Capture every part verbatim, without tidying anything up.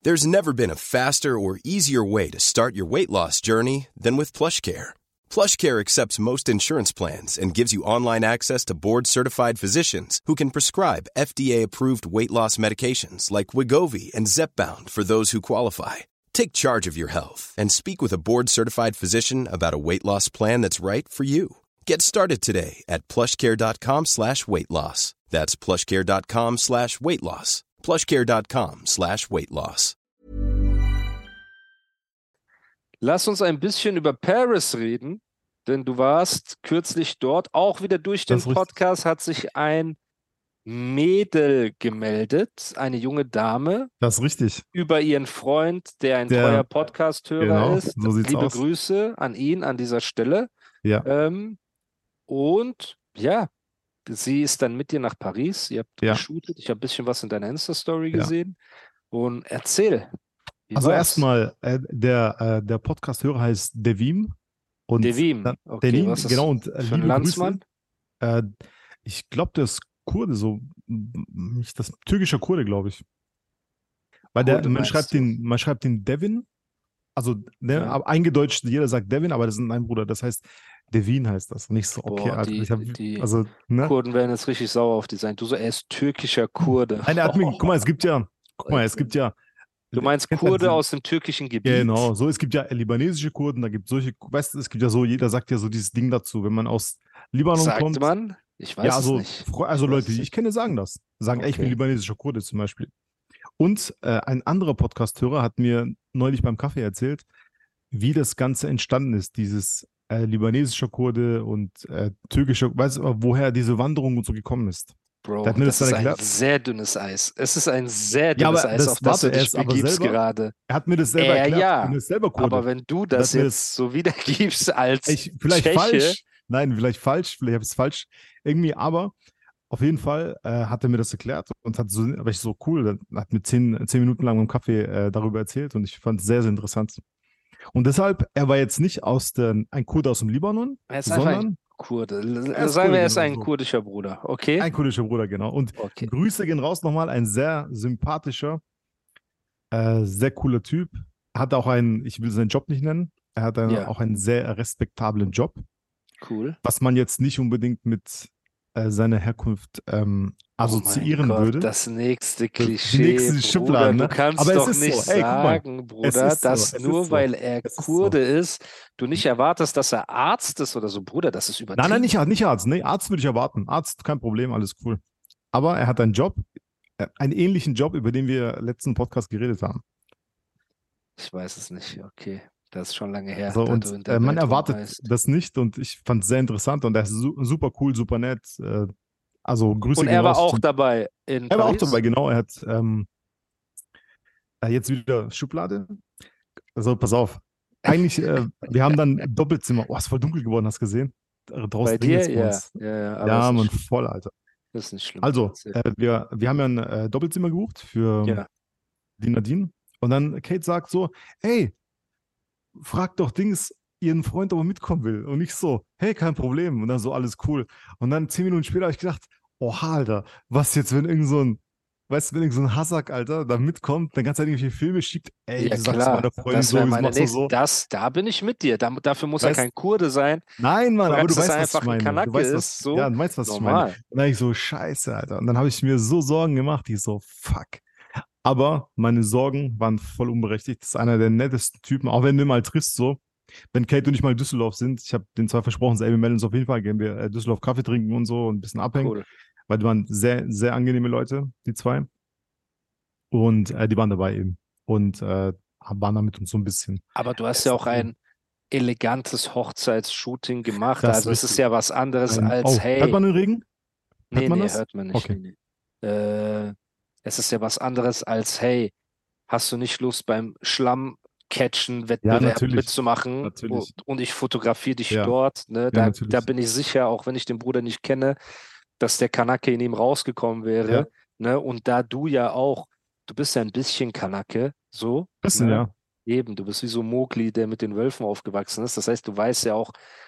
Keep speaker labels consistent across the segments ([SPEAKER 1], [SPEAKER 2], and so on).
[SPEAKER 1] There's never been a faster or easier way to start your weight loss journey than with PlushCare. PlushCare accepts most insurance plans and gives you online access to board-certified physicians who can prescribe F D A-approved weight loss medications like Wegovy and Zepbound for those who qualify. Take charge of your health and speak with a board-certified physician about a weight loss plan that's right for you. Get started today at plushcare.com slash weight loss. That's plushcare.com slash weight loss. plushcare.com slash weight loss.
[SPEAKER 2] Lass uns ein bisschen über Paris reden, denn du warst kürzlich dort. Auch wieder durch den Podcast hat sich ein Mädel gemeldet, eine junge Dame.
[SPEAKER 3] Das ist richtig.
[SPEAKER 2] Über ihren Freund, der ein
[SPEAKER 3] der,
[SPEAKER 2] treuer Podcast-Hörer
[SPEAKER 3] genau,
[SPEAKER 2] ist.
[SPEAKER 3] So sieht's
[SPEAKER 2] Liebe
[SPEAKER 3] aus.
[SPEAKER 2] Grüße an ihn an dieser Stelle.
[SPEAKER 3] Ja.
[SPEAKER 2] Ähm, und ja, sie ist dann mit dir nach Paris. Ihr habt
[SPEAKER 3] ja.
[SPEAKER 2] geshootet. Ich habe ein bisschen was in deiner Insta-Story
[SPEAKER 3] ja.
[SPEAKER 2] gesehen. Und erzähl.
[SPEAKER 3] Also erstmal, äh, der, äh, der Podcast-Hörer heißt Devim. Und
[SPEAKER 2] Devim,
[SPEAKER 3] dann,
[SPEAKER 2] okay.
[SPEAKER 3] Devim,
[SPEAKER 2] Was ist
[SPEAKER 3] genau, und, äh,
[SPEAKER 2] für ein Landsmann?
[SPEAKER 3] Äh, ich glaube, der ist Kurde, so nicht das türkischer Kurde, glaube ich. Weil der, man schreibt
[SPEAKER 2] du?
[SPEAKER 3] den, man schreibt den Devin, also ne,
[SPEAKER 2] ja.
[SPEAKER 3] aber eingedeutscht, jeder sagt Devin, aber das ist mein Bruder, das heißt Devin heißt das. Nicht so, okay,
[SPEAKER 2] Boah,
[SPEAKER 3] Alter,
[SPEAKER 2] die,
[SPEAKER 3] ich hab,
[SPEAKER 2] die
[SPEAKER 3] also, ne?
[SPEAKER 2] Kurden werden jetzt richtig sauer auf die sein. Du so, er ist türkischer Kurde.
[SPEAKER 3] Nein, er hat mir, guck mal, es gibt ja, guck mal, es gibt ja.
[SPEAKER 2] Du meinst Kurde aus dem türkischen Gebiet?
[SPEAKER 3] Genau, so, es gibt ja libanesische Kurden, da gibt es solche, weißt du, es gibt ja so, jeder sagt ja so dieses Ding dazu, wenn man aus Libanon
[SPEAKER 2] sagt
[SPEAKER 3] kommt.
[SPEAKER 2] man? Ich weiß
[SPEAKER 3] ja, also,
[SPEAKER 2] es nicht.
[SPEAKER 3] Also Leute, die ich kenne, sagen das. Sagen, okay. ey, ich bin libanesischer Kurde zum Beispiel. Und äh, ein anderer Podcast-Hörer hat mir neulich beim Kaffee erzählt, wie das Ganze entstanden ist, dieses äh, libanesischer Kurde und äh, türkischer, weißt du, woher diese Wanderung und so gekommen ist.
[SPEAKER 2] Bro, das, das ist ein sehr dünnes Eis. Es ist ein sehr dünnes
[SPEAKER 3] ja,
[SPEAKER 2] Eis,
[SPEAKER 3] das,
[SPEAKER 2] auf das
[SPEAKER 3] warte,
[SPEAKER 2] du dich begibst
[SPEAKER 3] selber,
[SPEAKER 2] gerade.
[SPEAKER 3] Er hat mir das selber
[SPEAKER 2] äh,
[SPEAKER 3] erklärt.
[SPEAKER 2] Ja,
[SPEAKER 3] ich bin das selber Kurde.
[SPEAKER 2] aber wenn du das jetzt das, so wiedergibst als
[SPEAKER 3] ich, vielleicht
[SPEAKER 2] Tscheche,
[SPEAKER 3] falsch, nein, vielleicht falsch, vielleicht habe ich es falsch, irgendwie, aber auf jeden Fall äh, hat er mir das erklärt und hat so, aber ich so cool, hat mir zehn, zehn Minuten lang im Kaffee äh, darüber erzählt und ich fand es sehr, sehr interessant. Und deshalb, er war jetzt nicht aus der, ein Kurde aus dem Libanon,
[SPEAKER 2] er ist
[SPEAKER 3] sondern
[SPEAKER 2] ein Kurde.
[SPEAKER 3] Er
[SPEAKER 2] Sagen wir, er ist
[SPEAKER 3] genau
[SPEAKER 2] ein
[SPEAKER 3] so.
[SPEAKER 2] kurdischer Bruder, okay?
[SPEAKER 3] Ein kurdischer Bruder, genau. Und
[SPEAKER 2] okay.
[SPEAKER 3] Grüße gehen raus nochmal, ein sehr sympathischer, äh, sehr cooler Typ. Hat auch einen, ich will seinen Job nicht nennen, er hat einen, ja. auch einen sehr respektablen Job.
[SPEAKER 2] Cool.
[SPEAKER 3] Was man jetzt nicht unbedingt mit äh, seiner Herkunft ähm, assoziieren
[SPEAKER 2] oh mein Gott,
[SPEAKER 3] würde.
[SPEAKER 2] Das nächste Klischee,
[SPEAKER 3] Die nächste Schublade,
[SPEAKER 2] Bruder,
[SPEAKER 3] ne?
[SPEAKER 2] du kannst
[SPEAKER 3] Aber
[SPEAKER 2] doch
[SPEAKER 3] es ist
[SPEAKER 2] nicht
[SPEAKER 3] so. Ey,
[SPEAKER 2] sagen,
[SPEAKER 3] mal,
[SPEAKER 2] Bruder, dass
[SPEAKER 3] so.
[SPEAKER 2] nur
[SPEAKER 3] so.
[SPEAKER 2] weil er Kurde ist, so. ist, du nicht erwartest, dass er Arzt ist oder so. Bruder, das ist übertrieben.
[SPEAKER 3] Nein, nein, nicht, nicht Arzt. Nee, Arzt würde ich erwarten. Arzt, kein Problem, alles cool. Aber er hat einen Job, einen ähnlichen Job, über den wir letzten Podcast geredet haben.
[SPEAKER 2] Ich weiß es nicht, okay. Das ist schon lange her.
[SPEAKER 3] So, und äh, man erwartet heißt. das nicht und ich fand es sehr interessant und er ist su super cool, super nett. Äh, also Grüße
[SPEAKER 2] Und er war
[SPEAKER 3] raus.
[SPEAKER 2] auch dabei in
[SPEAKER 3] Er
[SPEAKER 2] Paris?
[SPEAKER 3] war auch dabei, genau. Er hat ähm, jetzt wieder Schublade. Also pass auf. Eigentlich, äh, wir haben dann Doppelzimmer. Oh, ist voll dunkel geworden, hast du gesehen? Draußen
[SPEAKER 2] bei dir? Ja. ja, ja, aber
[SPEAKER 3] ja man, voll, Alter.
[SPEAKER 2] Das ist nicht schlimm.
[SPEAKER 3] Also, äh, wir, wir haben ja ein äh, Doppelzimmer gebucht für
[SPEAKER 2] ja.
[SPEAKER 3] die Nadine. Und dann Kate sagt so, hey, frag doch Dings, ihren Freund, ob er mitkommen will. Und ich so, hey, kein Problem. Und dann so, alles cool. Und dann zehn Minuten später habe ich gedacht, oha, Alter, was jetzt, wenn irgend so ein, weißt du, wenn irgend so ein Hassack, Alter, da mitkommt, dann ganz halt irgendwelche Filme schiebt, ey,
[SPEAKER 2] ja,
[SPEAKER 3] du sagst
[SPEAKER 2] klar.
[SPEAKER 3] meiner Freundin
[SPEAKER 2] das
[SPEAKER 3] so, wie
[SPEAKER 2] meine
[SPEAKER 3] machst du so.
[SPEAKER 2] Das, da bin ich mit dir. Da, dafür muss
[SPEAKER 3] weißt,
[SPEAKER 2] er kein Kurde sein.
[SPEAKER 3] Nein, Mann, aber du weißt, was
[SPEAKER 2] einfach
[SPEAKER 3] ich meine.
[SPEAKER 2] Ein Kanake
[SPEAKER 3] du weißt, was,
[SPEAKER 2] ist, so
[SPEAKER 3] ja, du weißt, was
[SPEAKER 2] normal.
[SPEAKER 3] ich meine. Und dann habe ich so, scheiße, Alter. Und dann habe ich mir so Sorgen gemacht, ich so, fuck. Aber meine Sorgen waren voll unberechtigt. Das ist einer der nettesten Typen, auch wenn du mal triffst, so. Wenn Kate und ich mal in Düsseldorf sind, ich habe den zwei versprochen, so, ey, wir melden uns auf jeden Fall, gehen wir äh, Düsseldorf Kaffee trinken und so und ein bisschen abhängen. Cool. Weil die waren sehr, sehr angenehme Leute, die zwei. Und äh, die waren dabei eben. Und äh, waren da mit uns so ein bisschen.
[SPEAKER 2] Aber du hast ja auch ein elegantes Hochzeitsshooting gemacht.
[SPEAKER 3] Das
[SPEAKER 2] also es ist ja was anderes
[SPEAKER 3] ein,
[SPEAKER 2] als,
[SPEAKER 3] oh,
[SPEAKER 2] hey.
[SPEAKER 3] Hört man den Regen? Hört
[SPEAKER 2] nee,
[SPEAKER 3] man
[SPEAKER 2] nee,
[SPEAKER 3] das?
[SPEAKER 2] hört man nicht.
[SPEAKER 3] Okay.
[SPEAKER 2] Nee, nee. Äh, es ist ja was anderes als, hey, hast du nicht Lust beim Schlamm-Catchen-Wettbewerb
[SPEAKER 3] ja,
[SPEAKER 2] mitzumachen?
[SPEAKER 3] Natürlich.
[SPEAKER 2] Und, und ich fotografiere dich
[SPEAKER 3] ja.
[SPEAKER 2] dort. Ne? Da,
[SPEAKER 3] ja,
[SPEAKER 2] da bin ich sicher, auch wenn ich den Bruder nicht kenne, dass der Kanake in ihm rausgekommen wäre.
[SPEAKER 3] Ja.
[SPEAKER 2] Ne? Und da du ja auch, du bist ja ein bisschen Kanake, so.
[SPEAKER 3] Bisschen,
[SPEAKER 2] ne?
[SPEAKER 3] ja.
[SPEAKER 2] Eben, du bist wie so Mowgli, der mit den Wölfen aufgewachsen ist. Das heißt, du weißt ja auch,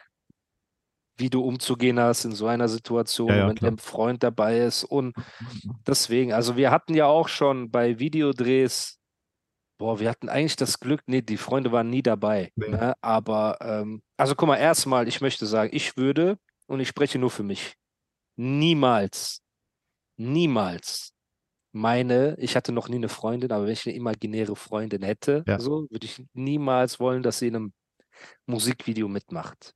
[SPEAKER 2] wie du umzugehen hast in so einer Situation,
[SPEAKER 3] ja, ja,
[SPEAKER 2] wenn dein Freund dabei ist. Und deswegen, also wir hatten ja auch schon bei Videodrehs boah, wir hatten eigentlich das Glück, nee, die Freunde waren nie dabei.
[SPEAKER 3] Nee.
[SPEAKER 2] Ne? Aber, ähm, also guck mal, erstmal, ich möchte sagen, ich würde, und ich spreche nur für mich, niemals, niemals meine, ich hatte noch nie eine Freundin, aber wenn ich eine imaginäre Freundin hätte,
[SPEAKER 3] Ja.
[SPEAKER 2] so, würde ich niemals wollen, dass sie in einem Musikvideo mitmacht.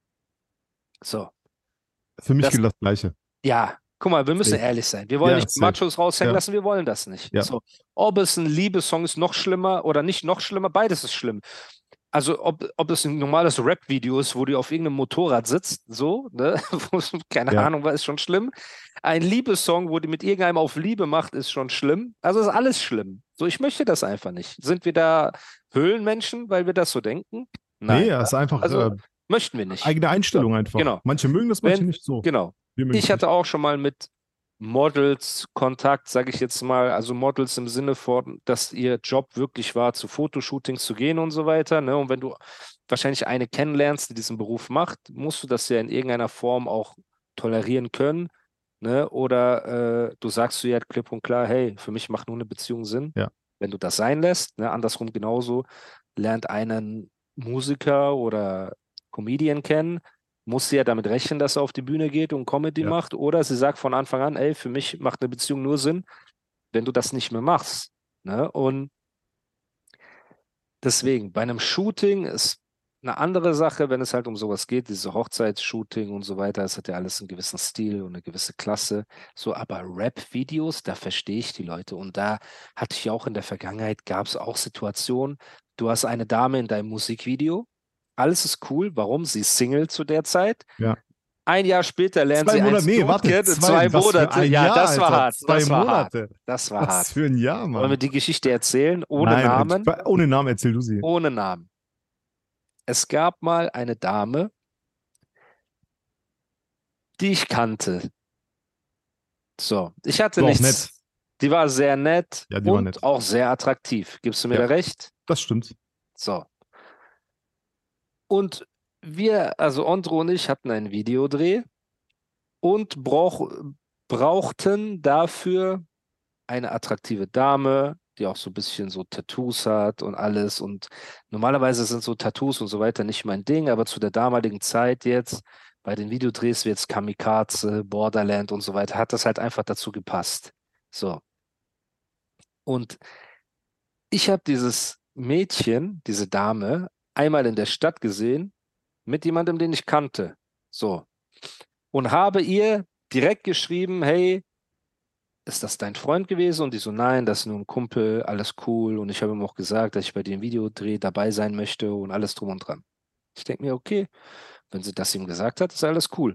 [SPEAKER 2] So.
[SPEAKER 3] Für mich
[SPEAKER 2] Das,
[SPEAKER 3] gilt das Gleiche.
[SPEAKER 2] ja, guck mal, wir müssen
[SPEAKER 3] Safe.
[SPEAKER 2] ehrlich sein. Wir wollen
[SPEAKER 3] Ja,
[SPEAKER 2] nicht
[SPEAKER 3] safe.
[SPEAKER 2] Machos raushängen
[SPEAKER 3] Ja.
[SPEAKER 2] lassen, wir wollen das nicht.
[SPEAKER 3] Ja.
[SPEAKER 2] So. Ob es ein Liebessong ist, noch schlimmer oder nicht noch schlimmer, beides ist schlimm. Also ob, ob es ein normales Rap-Video ist, wo du auf irgendeinem Motorrad sitzt, so, ne? Keine
[SPEAKER 3] Ja.
[SPEAKER 2] Ahnung, was ist schon schlimm. Ein Liebessong, wo die mit irgendeinem auf Liebe macht, ist schon schlimm. Also ist alles schlimm. So, ich möchte das einfach nicht. Sind wir da Höhlenmenschen, weil wir das so denken? Nein.
[SPEAKER 3] Nee, es ist einfach
[SPEAKER 2] Also
[SPEAKER 3] äh,
[SPEAKER 2] möchten wir nicht.
[SPEAKER 3] eigene Einstellung
[SPEAKER 2] So,
[SPEAKER 3] einfach.
[SPEAKER 2] genau.
[SPEAKER 3] Manche mögen das, manche
[SPEAKER 2] Wenn,
[SPEAKER 3] nicht so.
[SPEAKER 2] genau.
[SPEAKER 3] Wir mögen
[SPEAKER 2] Ich
[SPEAKER 3] es
[SPEAKER 2] hatte
[SPEAKER 3] nicht.
[SPEAKER 2] auch schon mal mit Models Kontakt, sage ich jetzt mal, also Models im Sinne von, dass ihr Job wirklich war, zu Fotoshootings zu gehen und so weiter. Ne? Und wenn du wahrscheinlich eine kennenlernst, die diesen Beruf macht, musst du das ja in irgendeiner Form auch tolerieren können. Ne? Oder äh, du sagst zu ihr halt klipp und klar, hey, für mich macht nur eine Beziehung Sinn.
[SPEAKER 3] Ja.
[SPEAKER 2] Wenn du das sein lässt, ne? Andersrum genauso, lernt einen Musiker oder Comedian kennen, muss sie ja damit rechnen, dass er auf die Bühne geht und Comedy
[SPEAKER 3] Ja.
[SPEAKER 2] macht, oder sie sagt von Anfang an, ey, für mich macht eine Beziehung nur Sinn, wenn du das nicht mehr machst. Ne? Und deswegen, bei einem Shooting ist eine andere Sache, wenn es halt um sowas geht, diese Hochzeitsshooting und so weiter, es hat ja alles einen gewissen Stil und eine gewisse Klasse. So, aber Rap-Videos, da verstehe ich die Leute. Und da hatte ich auch in der Vergangenheit, gab es auch Situationen, du hast eine Dame in deinem Musikvideo, alles ist cool, warum? Sie ist Single zu der Zeit.
[SPEAKER 3] Ja.
[SPEAKER 2] Ein Jahr später lernt
[SPEAKER 3] Zwei
[SPEAKER 2] sie einen
[SPEAKER 3] Monate, nee,
[SPEAKER 2] Dude
[SPEAKER 3] warte,
[SPEAKER 2] kennen,
[SPEAKER 3] zwei,
[SPEAKER 2] zwei
[SPEAKER 3] was für
[SPEAKER 2] Monate.
[SPEAKER 3] ein
[SPEAKER 2] Ja,
[SPEAKER 3] Jahr,
[SPEAKER 2] das war
[SPEAKER 3] Alter,
[SPEAKER 2] hart,
[SPEAKER 3] zwei
[SPEAKER 2] das war
[SPEAKER 3] Monate.
[SPEAKER 2] hart, das war
[SPEAKER 3] Was
[SPEAKER 2] hart.
[SPEAKER 3] für ein Jahr,
[SPEAKER 2] Wollen wir
[SPEAKER 3] Mann.
[SPEAKER 2] die Geschichte erzählen, ohne
[SPEAKER 3] Nein,
[SPEAKER 2] Namen?
[SPEAKER 3] äh, ohne Namen erzähl du sie.
[SPEAKER 2] Ohne Namen. Es gab mal eine Dame, die ich kannte. So, ich hatte
[SPEAKER 3] War auch
[SPEAKER 2] nichts.
[SPEAKER 3] nett.
[SPEAKER 2] Die war sehr nett
[SPEAKER 3] Ja, die war
[SPEAKER 2] und
[SPEAKER 3] nett.
[SPEAKER 2] auch sehr attraktiv. Gibst du mir
[SPEAKER 3] Ja.
[SPEAKER 2] da recht?
[SPEAKER 3] Das stimmt.
[SPEAKER 2] So. Und wir, also Ondro und ich, hatten einen Videodreh und brauch, brauchten dafür eine attraktive Dame, die auch so ein bisschen so Tattoos hat und alles. Und normalerweise sind so Tattoos und so weiter nicht mein Ding, aber zu der damaligen Zeit jetzt, bei den Videodrehs wie jetzt Kamikaze, Borderland und so weiter, hat das halt einfach dazu gepasst. So. Und ich habe dieses Mädchen, diese Dame, einmal in der Stadt gesehen mit jemandem, den ich kannte. So. Und habe ihr direkt geschrieben, hey, ist das dein Freund gewesen? Und die so, nein, das ist nur ein Kumpel, alles cool. Und ich habe ihm auch gesagt, dass ich bei dem Videodreh dabei sein möchte und alles drum und dran. Ich denke mir, okay, wenn sie das ihm gesagt hat, ist alles cool.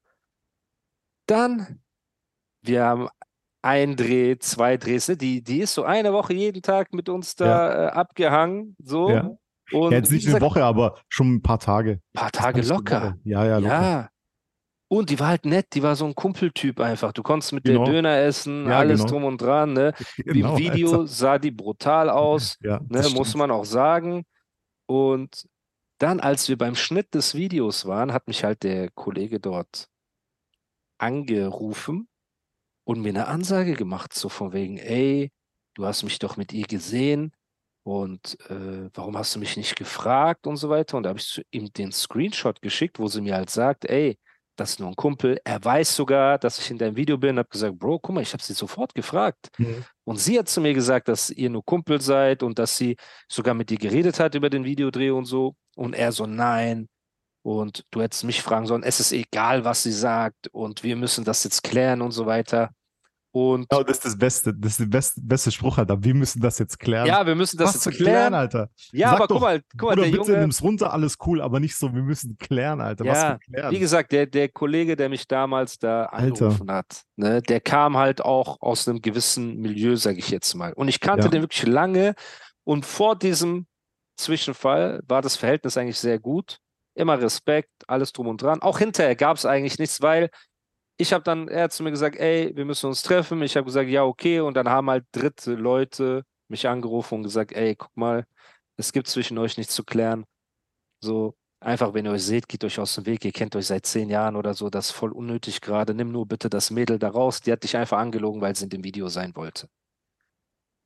[SPEAKER 2] Dann, wir haben ein Dreh, zwei Drehs, ne? die, die ist so eine Woche jeden Tag mit uns da
[SPEAKER 3] Ja.
[SPEAKER 2] äh, abgehangen. So.
[SPEAKER 3] Ja.
[SPEAKER 2] Und
[SPEAKER 3] Ja, jetzt
[SPEAKER 2] wie
[SPEAKER 3] nicht eine
[SPEAKER 2] gesagt,
[SPEAKER 3] Woche, aber schon ein paar Tage.
[SPEAKER 2] ein paar
[SPEAKER 3] Das war
[SPEAKER 2] Tage
[SPEAKER 3] nicht eine
[SPEAKER 2] locker.
[SPEAKER 3] Woche. Ja, ja, locker.
[SPEAKER 2] Ja. Und die war halt nett, die war so ein Kumpeltyp einfach. Du konntest mit
[SPEAKER 3] Genau.
[SPEAKER 2] der Döner essen,
[SPEAKER 3] Ja,
[SPEAKER 2] alles
[SPEAKER 3] genau.
[SPEAKER 2] drum und dran. Ne?
[SPEAKER 3] Genau,
[SPEAKER 2] Im Video
[SPEAKER 3] Alter.
[SPEAKER 2] sah die brutal aus,
[SPEAKER 3] Ja,
[SPEAKER 2] ne?
[SPEAKER 3] das
[SPEAKER 2] Muss
[SPEAKER 3] stimmt.
[SPEAKER 2] man auch sagen. Und dann, als wir beim Schnitt des Videos waren, hat mich halt der Kollege dort angerufen und mir eine Ansage gemacht, so von wegen, ey, du hast mich doch mit ihr gesehen und äh, warum hast du mich nicht gefragt und so weiter. Und da habe ich zu ihm den Screenshot geschickt, wo sie mir halt sagt, ey, das ist nur ein Kumpel. Er weiß sogar, dass ich in deinem Video bin. Habe gesagt, Bro, guck mal, ich habe sie sofort gefragt.
[SPEAKER 3] Mhm.
[SPEAKER 2] Und sie hat zu mir gesagt, dass ihr nur Kumpel seid und dass sie sogar mit dir geredet hat über den Videodreh und so. Und er so, nein. Und du hättest mich fragen sollen, es ist egal, was sie sagt und wir müssen das jetzt klären und so weiter. Und
[SPEAKER 3] Genau, das ist das Beste. Das ist der beste, beste Spruch, Alter. Wir müssen das jetzt klären.
[SPEAKER 2] ja, wir müssen das
[SPEAKER 3] Was
[SPEAKER 2] jetzt
[SPEAKER 3] zu
[SPEAKER 2] klären.
[SPEAKER 3] klären, Alter.
[SPEAKER 2] Ja,
[SPEAKER 3] Sag
[SPEAKER 2] aber
[SPEAKER 3] doch,
[SPEAKER 2] guck mal, guck mal,
[SPEAKER 3] Bruder,
[SPEAKER 2] der
[SPEAKER 3] bitte
[SPEAKER 2] Junge,
[SPEAKER 3] nimm's runter, alles cool, aber nicht so, wir müssen klären, Alter. Was
[SPEAKER 2] ja,
[SPEAKER 3] für klären?
[SPEAKER 2] wie gesagt, der, der Kollege, der mich damals da
[SPEAKER 3] Alter.
[SPEAKER 2] angerufen hat, ne, der kam halt auch aus einem gewissen Milieu, sage ich jetzt mal. Und ich kannte
[SPEAKER 3] Ja.
[SPEAKER 2] den wirklich lange und vor diesem Zwischenfall war das Verhältnis eigentlich sehr gut. Immer Respekt, alles drum und dran. Auch hinterher gab es eigentlich nichts, weil ich habe dann, er hat zu mir gesagt, ey, wir müssen uns treffen. Ich habe gesagt, ja, okay. Und dann haben halt dritte Leute mich angerufen und gesagt, ey, guck mal, es gibt zwischen euch nichts zu klären. So, einfach, wenn ihr euch seht, geht euch aus dem Weg. Ihr kennt euch seit zehn Jahren oder so. Das ist voll unnötig gerade. Nimm nur bitte das Mädel da raus. Die hat dich einfach angelogen, weil sie in dem Video sein wollte.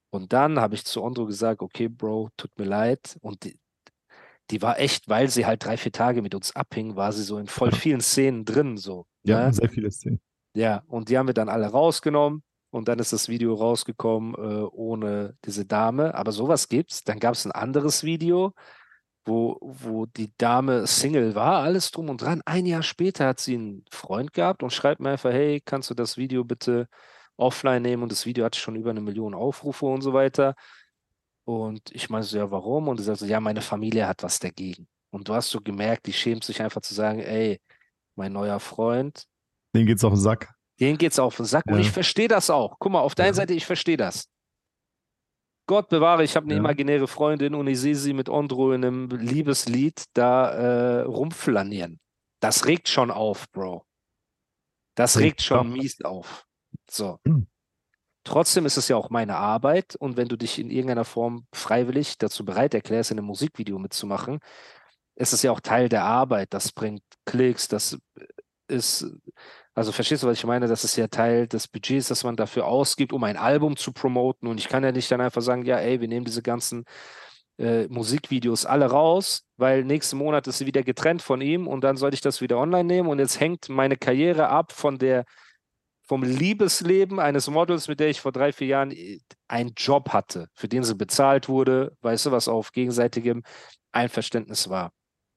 [SPEAKER 2] Und dann habe ich zu Ondro gesagt, okay, Bro, tut mir leid. Und die, die war echt, weil sie halt drei, vier Tage mit uns abhing, war sie so in voll
[SPEAKER 3] Ja.
[SPEAKER 2] vielen Szenen drin, so.
[SPEAKER 3] Ja,
[SPEAKER 2] Ne?
[SPEAKER 3] sehr viele Szenen.
[SPEAKER 2] Ja, und die haben wir dann alle rausgenommen und dann ist das Video rausgekommen äh, ohne diese Dame. Aber sowas gibt's. Dann gab es ein anderes Video, wo, wo die Dame Single war, alles drum und dran. Ein Jahr später hat sie einen Freund gehabt und schreibt mir einfach, hey, kannst du das Video bitte offline nehmen? Und das Video hatte schon über eine Million Aufrufe und so weiter. Und ich meine so, ja, warum? Und sie sagt so, ja, meine Familie hat was dagegen. Und du hast so gemerkt, die schämt sich einfach zu sagen, ey, mein neuer Freund,
[SPEAKER 3] Denen geht's auf den Sack.
[SPEAKER 2] denen geht's auf den Sack. Und
[SPEAKER 3] Ja.
[SPEAKER 2] ich verstehe das auch. Guck mal, auf der einen
[SPEAKER 3] Ja.
[SPEAKER 2] Seite, ich verstehe das. Gott bewahre, ich habe eine
[SPEAKER 3] Ja.
[SPEAKER 2] imaginäre Freundin und ich sehe sie mit Ondro in einem Liebeslied da äh, rumflanieren. Das regt schon auf, Bro. Das
[SPEAKER 3] Hey,
[SPEAKER 2] regt schon
[SPEAKER 3] klar.
[SPEAKER 2] mies auf. So.
[SPEAKER 3] Hm.
[SPEAKER 2] Trotzdem ist es ja auch meine Arbeit und wenn du dich in irgendeiner Form freiwillig dazu bereit erklärst, in einem Musikvideo mitzumachen, ist es ja auch Teil der Arbeit. Das bringt Klicks, das ist, also verstehst du, was ich meine? Das ist ja Teil des Budgets, das man dafür ausgibt, um ein Album zu promoten. Und ich kann ja nicht dann einfach sagen, ja, ey, wir nehmen diese ganzen äh, Musikvideos alle raus, weil nächsten Monat ist sie wieder getrennt von ihm und dann soll ich das wieder online nehmen und jetzt hängt meine Karriere ab von der vom Liebesleben eines Models, mit der ich vor drei, vier Jahren einen Job hatte, für den sie bezahlt wurde, weißt du, was auf gegenseitigem Einverständnis war.